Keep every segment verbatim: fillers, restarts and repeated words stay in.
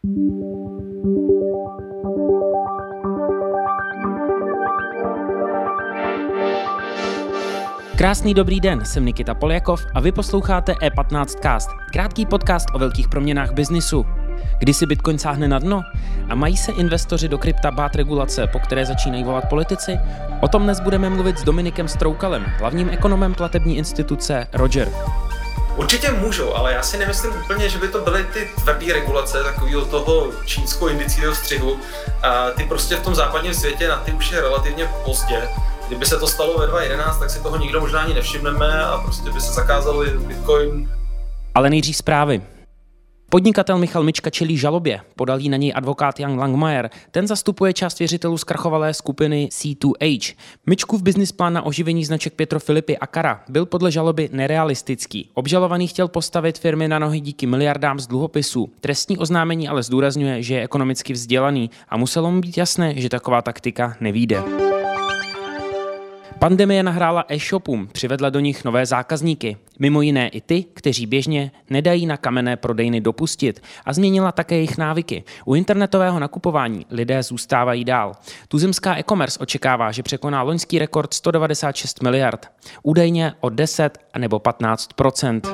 Krásný dobrý den, jsem Nikita Poljakov a vy posloucháte E patnáct cast, krátký podcast o velkých proměnách biznisu. Kdy si Bitcoin sáhne na dno? A mají se investoři do krypta bát regulace, po které začínají volat politici? O tom dnes budeme mluvit s Dominikem Stroukalem, hlavním ekonomem platební instituce Roger. Určitě můžou, ale já si nemyslím úplně, že by to byly ty tvrdé regulace takového toho čínsko-indického střihu. A ty prostě v tom západním světě na ty už je relativně pozdě. Kdyby se to stalo ve dva tisíce jedenáct, tak si toho nikdo možná ani nevšimneme a prostě by se zakázali Bitcoin. Ale nejdřív zprávy. Podnikatel Michal Mička čelí žalobě, podal jí na něj advokát Jan Langmajer. Ten zastupuje část věřitelů zkrachovalé skupiny C dva H. Mičkův businessplán na oživení značek Pietro Filippi a Cara byl podle žaloby nerealistický. Obžalovaný chtěl postavit firmy na nohy díky miliardám z dluhopisů. Trestní oznámení ale zdůrazňuje, že je ekonomicky vzdělaný a muselo mu být jasné, že taková taktika nevyjde. Pandemie nahrála e-shopům, přivedla do nich nové zákazníky, mimo jiné i ty, kteří běžně nedají na kamenné prodejny dopustit, a změnila také jejich návyky. U internetového nakupování lidé zůstávají dál. Tuzemská e-commerce očekává, že překoná loňský rekord sto devadesát šest miliard, údajně o deset nebo patnáct procent.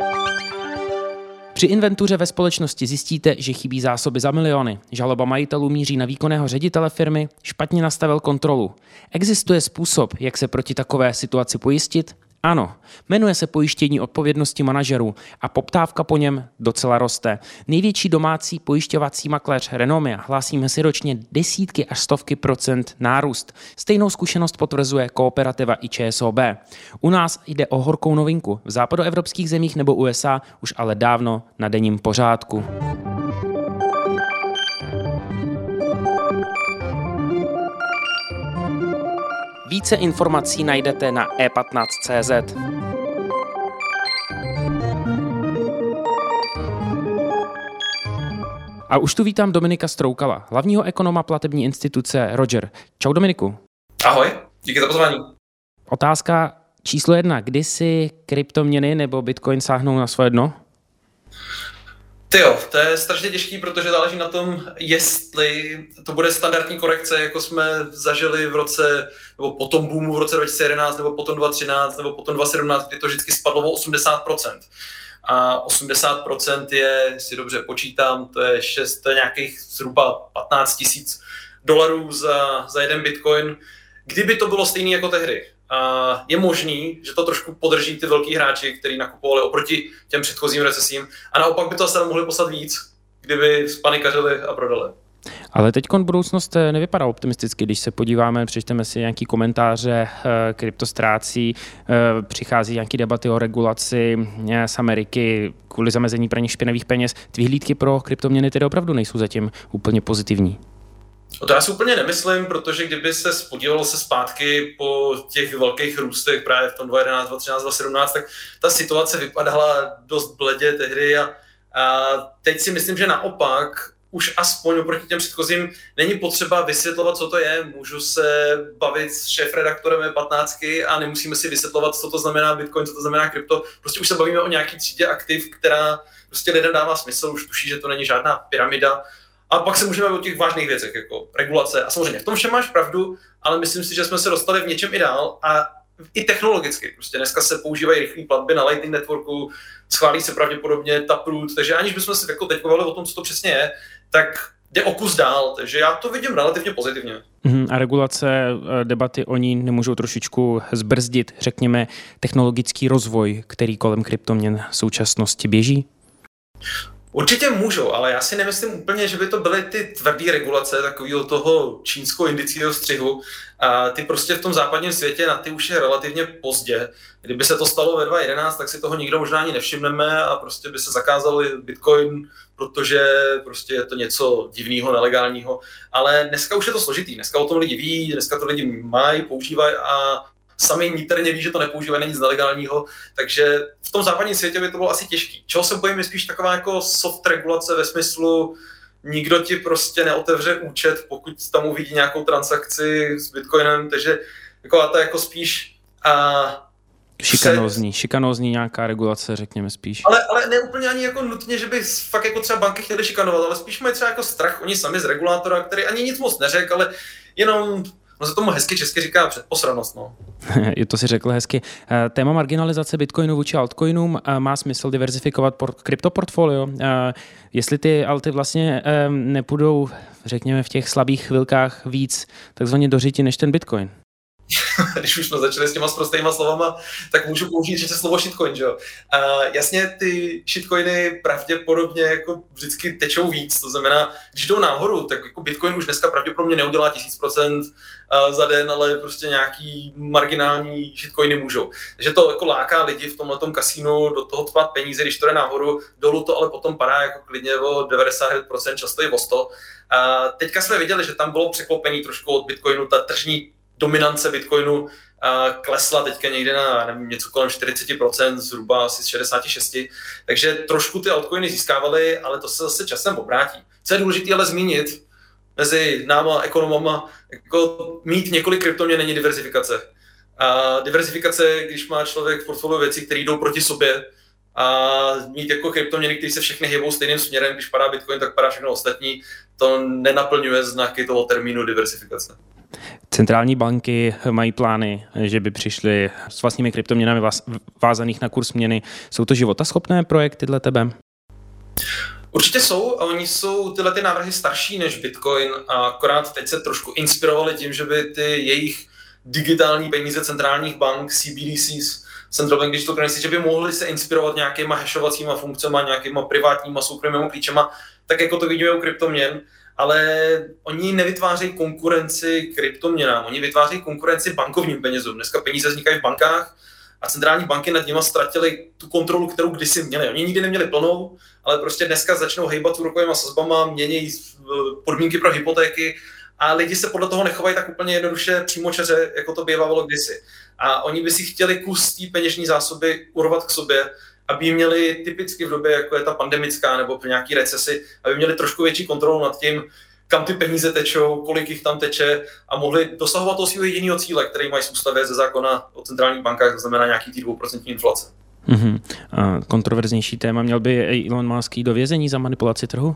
Při inventuře ve společnosti zjistíte, že chybí zásoby za miliony. Žaloba majitelů míří na výkonného ředitele firmy, špatně nastavil kontrolu. Existuje způsob, jak se proti takové situaci pojistit? Ano, jmenuje se pojištění odpovědnosti manažerů a poptávka po něm docela roste. Největší domácí pojišťovací makléř Renomia hlásí meziročně desítky až stovky procent nárůst. Stejnou zkušenost potvrzuje kooperativa i Č S O B. U nás jde o horkou novinku. V západoevropských zemích nebo U S A už ale dávno na denním pořádku. Více informací najdete na e patnáct tečka cé zet. A už tu vítám Dominika Stroukala, hlavního ekonoma platební instituce Roger. Čau Dominiku. Ahoj, díky za pozvání. Otázka číslo jedna. Kdy si kryptoměny nebo Bitcoin sáhnou na svoje dno? Tyjo, to je strašně těžký, protože záleží na tom, jestli to bude standardní korekce, jako jsme zažili v roce, nebo po tom boomu v roce dva tisíce jedenáct, nebo potom dva tisíce třináct, nebo potom dva tisíce sedmnáct, kdy to vždycky spadlo o osmdesát procent. A osmdesát procent je, si dobře počítám, to je, šest, to je nějakých zhruba patnáct tisíc dolarů za, za jeden Bitcoin. Kdyby to bylo stejné jako tehdy, a je možný, že to trošku podrží ty velký hráči, kteří nakupovali oproti těm předchozím recesím, a naopak by to asi mohli poslat víc, kdyby spanikařili a prodali. Ale teď budoucnost nevypadá optimisticky, když se podíváme, přečteme si nějaký komentáře, krypto ztrácí, přichází nějaké debaty o regulaci z Ameriky kvůli zamezení praní špinavých peněz. Ty vyhlídky pro kryptoměny tedy opravdu nejsou zatím úplně pozitivní. O to já si úplně nemyslím, protože kdyby se podívalo se zpátky po těch velkých růstech právě v tom dva tisíce jedenáct, dva tisíce třináct, dva tisíce sedmnáct, tak ta situace vypadala dost bledě tehdy a, a teď si myslím, že naopak už aspoň oproti těm předchozím není potřeba vysvětlovat, co to je. Můžu se bavit s šéfredaktorem E patnáct a nemusíme si vysvětlovat, co to znamená Bitcoin, co to znamená krypto. Prostě už se bavíme o nějaký třídě aktiv, která prostě lidem dává smysl, už tuší, že to není žádná pyramida. A pak se můžeme o těch vážných věcech, jako regulace. A samozřejmě v tom všem máš pravdu, ale myslím si, že jsme se dostali v něčem i dál a i technologicky. Prostě dneska se používají rychlé platby na Lightning Networku, schválí se pravděpodobně Taproot, takže aniž bychom si jako teď bavili o tom, co to přesně je, tak jde o kus dál, takže já to vidím relativně pozitivně. A regulace, debaty o ní nemůžou trošičku zbrzdit, řekněme, technologický rozvoj, který kolem kryptoměn v současnosti běží? Určitě můžou, ale já si nemyslím úplně, že by to byly ty tvrdé regulace takového toho čínsko-indického střihu. A ty prostě v tom západním světě na ty už je relativně pozdě. Kdyby se to stalo ve dva tisíce jedenáct, tak si toho nikdo možná ani nevšimneme a prostě by se zakázali Bitcoin, protože prostě je to něco divného, nelegálního. Ale dneska už je to složitý, dneska o tom lidi ví, dneska to lidi mají, používají a sami niterně ví, že to nepoužívají, není nic nelegálního, takže v tom západním světě by to bylo asi těžký. Čeho se bojím je spíš taková jako soft regulace ve smyslu, nikdo ti prostě neotevře účet, pokud tam uvidí nějakou transakci s Bitcoinem, takže jako, a to jako spíš a Šikanózní, šikanózní nějaká regulace, řekněme spíš. Ale, ale ne úplně ani jako nutně, že by fakt jako třeba banky chtěly šikanovat, ale spíš mají třeba jako strach oni sami z regulátora, který ani nic moc neřekl, ale jenom, no se tomu hezky česky říká předposranost, no. To si řekl hezky. Téma marginalizace bitcoinu vůči altcoinům má smysl diverzifikovat port, kryptoportfolio. Jestli ty alty vlastně nepůjdou, řekněme, v těch slabých chvilkách víc takzvaně do řiti než ten bitcoin. Když už jsme začali s těma sprostýma slovama, tak můžu použít ještě slovo shitcoin, že jo. A jasně ty shitcoiny pravděpodobně jako vždycky tečou víc, to znamená, když jdou nahoru, tak jako bitcoin už dneska pravděpodobně neudělá tisíc procent za den, ale prostě nějaký marginální shitcoiny můžou. Takže to jako láká lidi v tomhletom kasínu do toho tvat peníze, když to jde nahoru, dolů to ale potom padá jako klidně o devadesát devět procent, často i o sto procent. A teďka jsme viděli, že tam bylo překlopený trošku od bitcoinu, ta tržní dominance bitcoinu uh, klesla teďka někde na nevím, něco kolem čtyřicet procent, zhruba asi z šedesát šest. Takže trošku ty altcoiny získávaly, ale to se zase časem obrátí. Co je důležité ale zmínit mezi náma ekonomama, jako mít několik kryptoměn není diverzifikace. A diverzifikace, když má člověk v portfoliu věcí, které jdou proti sobě, a mít jako kryptoměny, které se všechny hýbou stejným směrem, když padá bitcoin, tak padá všechno ostatní, to nenaplňuje znaky toho termínu diversifikace. Centrální banky mají plány, že by přišly s vlastními kryptoměnami vázaných na kurz měny. Jsou to životaschopné projekty dle tebe? Určitě jsou a oni jsou tyhle ty návrhy starší než Bitcoin a akorát teď se trošku inspirovali tím, že by ty jejich digitální peníze centrálních bank, C B D Cs, Central Bank Digital Currency, že by mohli se inspirovat nějakýma hashovacíma funkcemi, nějakýma privátníma soukromými klíčema, tak jako to vidíme u kryptoměn. Ale oni nevytvářejí konkurenci kryptoměnám, oni vytvářejí konkurenci bankovním penězům. Dneska peníze vznikají v bankách a centrální banky nad nimi ztratily tu kontrolu, kterou kdysi měli. Oni nikdy neměli plnou, ale prostě dneska začnou hejbat úrokovými sazbama, mění podmínky pro hypotéky a lidi se podle toho nechovají tak úplně jednoduše přímočaře, jako to bývalo kdysi. A oni by si chtěli kus té peněžní zásoby urvat k sobě, aby měli typicky v době, jako je ta pandemická nebo v nějaký recesi, aby měli trošku větší kontrolu nad tím, kam ty peníze tečou, kolik jich tam teče a mohli dosahovat toho svého jediného cíle, který mají v ústavě ze zákona o centrálních bankách, to znamená nějaký tý dvouprocentní inflace. Mm-hmm. A kontroverznější téma, měl by Elon Musk jít do vězení za manipulaci trhu?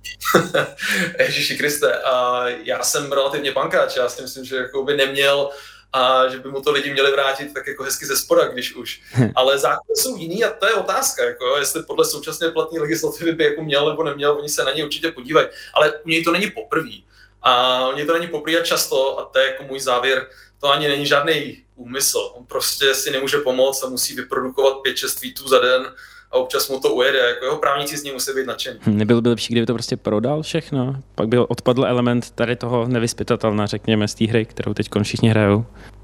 Ježiši Kriste, a já jsem relativně bankáč, já si myslím, že jako by neměl a že by mu to lidi měli vrátit tak jako hezky ze spoda, když už. Ale zákony jsou jiný a to je otázka, jako, jestli podle současné platné legislativy by jako měl nebo neměl, oni se na něj určitě podívají. Ale u něj to není poprvý. A u něj to není poprvý a často, a to je jako můj závěr, to ani není žádný úmysl. On prostě si nemůže pomoct a musí vyprodukovat pět šest tweetů za den a občas mu to ujede, jako jeho právníci z něj musí být nadšení. Nebylo by lepší, kdyby to prostě prodal všechno? Pak by odpadl element tady toho nevyzpytatelná, řekněme, z té hry, kterou teď všichni hrajou.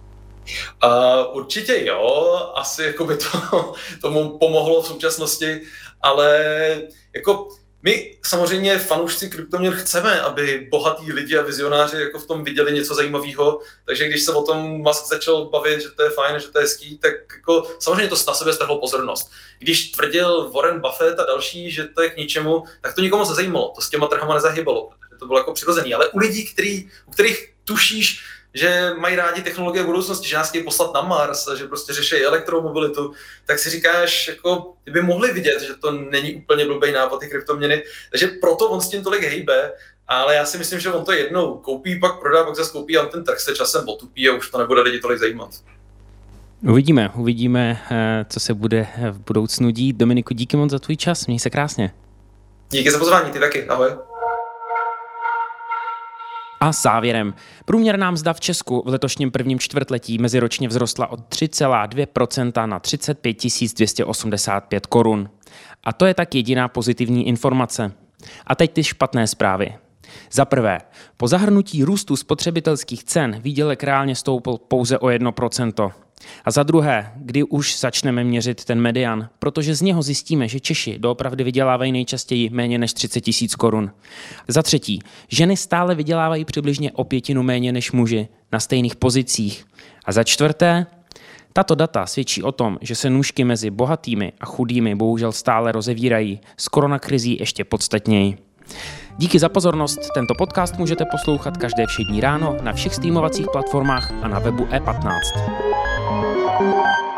Uh, určitě jo, asi jako by to tomu pomohlo v současnosti, ale jako my samozřejmě fanoušci kryptoměn chceme, aby bohatí lidi a vizionáři jako v tom viděli něco zajímavého, takže když se o tom Musk začal bavit, že to je fajn, že to je hezký, tak jako samozřejmě to na sebe strhlo pozornost. Když tvrdil Warren Buffett a další, že to je k ničemu, tak to nikomu nezajímalo, to s těma trhama nezahybalo, protože to bylo jako přirozený, ale u lidí, který, u kterých tušíš, že mají rádi technologie budoucnosti, že nás chtějí poslat na Mars a že prostě řeší elektromobilitu, tak si říkáš, jako, ty by mohli vidět, že to není úplně blbý nápad ty kryptoměny, takže proto on s tím tolik hejbe, ale já si myslím, že on to jednou koupí, pak prodá, pak zase koupí a ten trh se časem otupí a už to nebude lidi tolik zajímat. Uvidíme, uvidíme, co se bude v budoucnu dít. Dominiku, díky moc za tvůj čas, měj se krásně. Díky za pozvání, ty taky, ahoj. A závěrem. Průměrná mzda v Česku v letošním prvním čtvrtletí meziročně vzrostla o tři celá dvě procenta na třicet pět tisíc dvě stě osmdesát pět korun. A to je tak jediná pozitivní informace. A teď ty špatné zprávy. Za prvé, po zahrnutí růstu spotřebitelských cen výdělek reálně stoupl pouze o jedno procento. A za druhé, kdy už začneme měřit ten median, protože z něho zjistíme, že Češi doopravdy vydělávají nejčastěji méně než třicet tisíc korun. Za třetí, ženy stále vydělávají přibližně o pětinu méně než muži na stejných pozicích. A za čtvrté, tato data svědčí o tom, že se nůžky mezi bohatými a chudými bohužel stále rozevírají, s koronakrizí ještě podstatněji. Díky za pozornost, tento podcast můžete poslouchat každé všední ráno na všech streamovacích platformách a na webu E patnáct.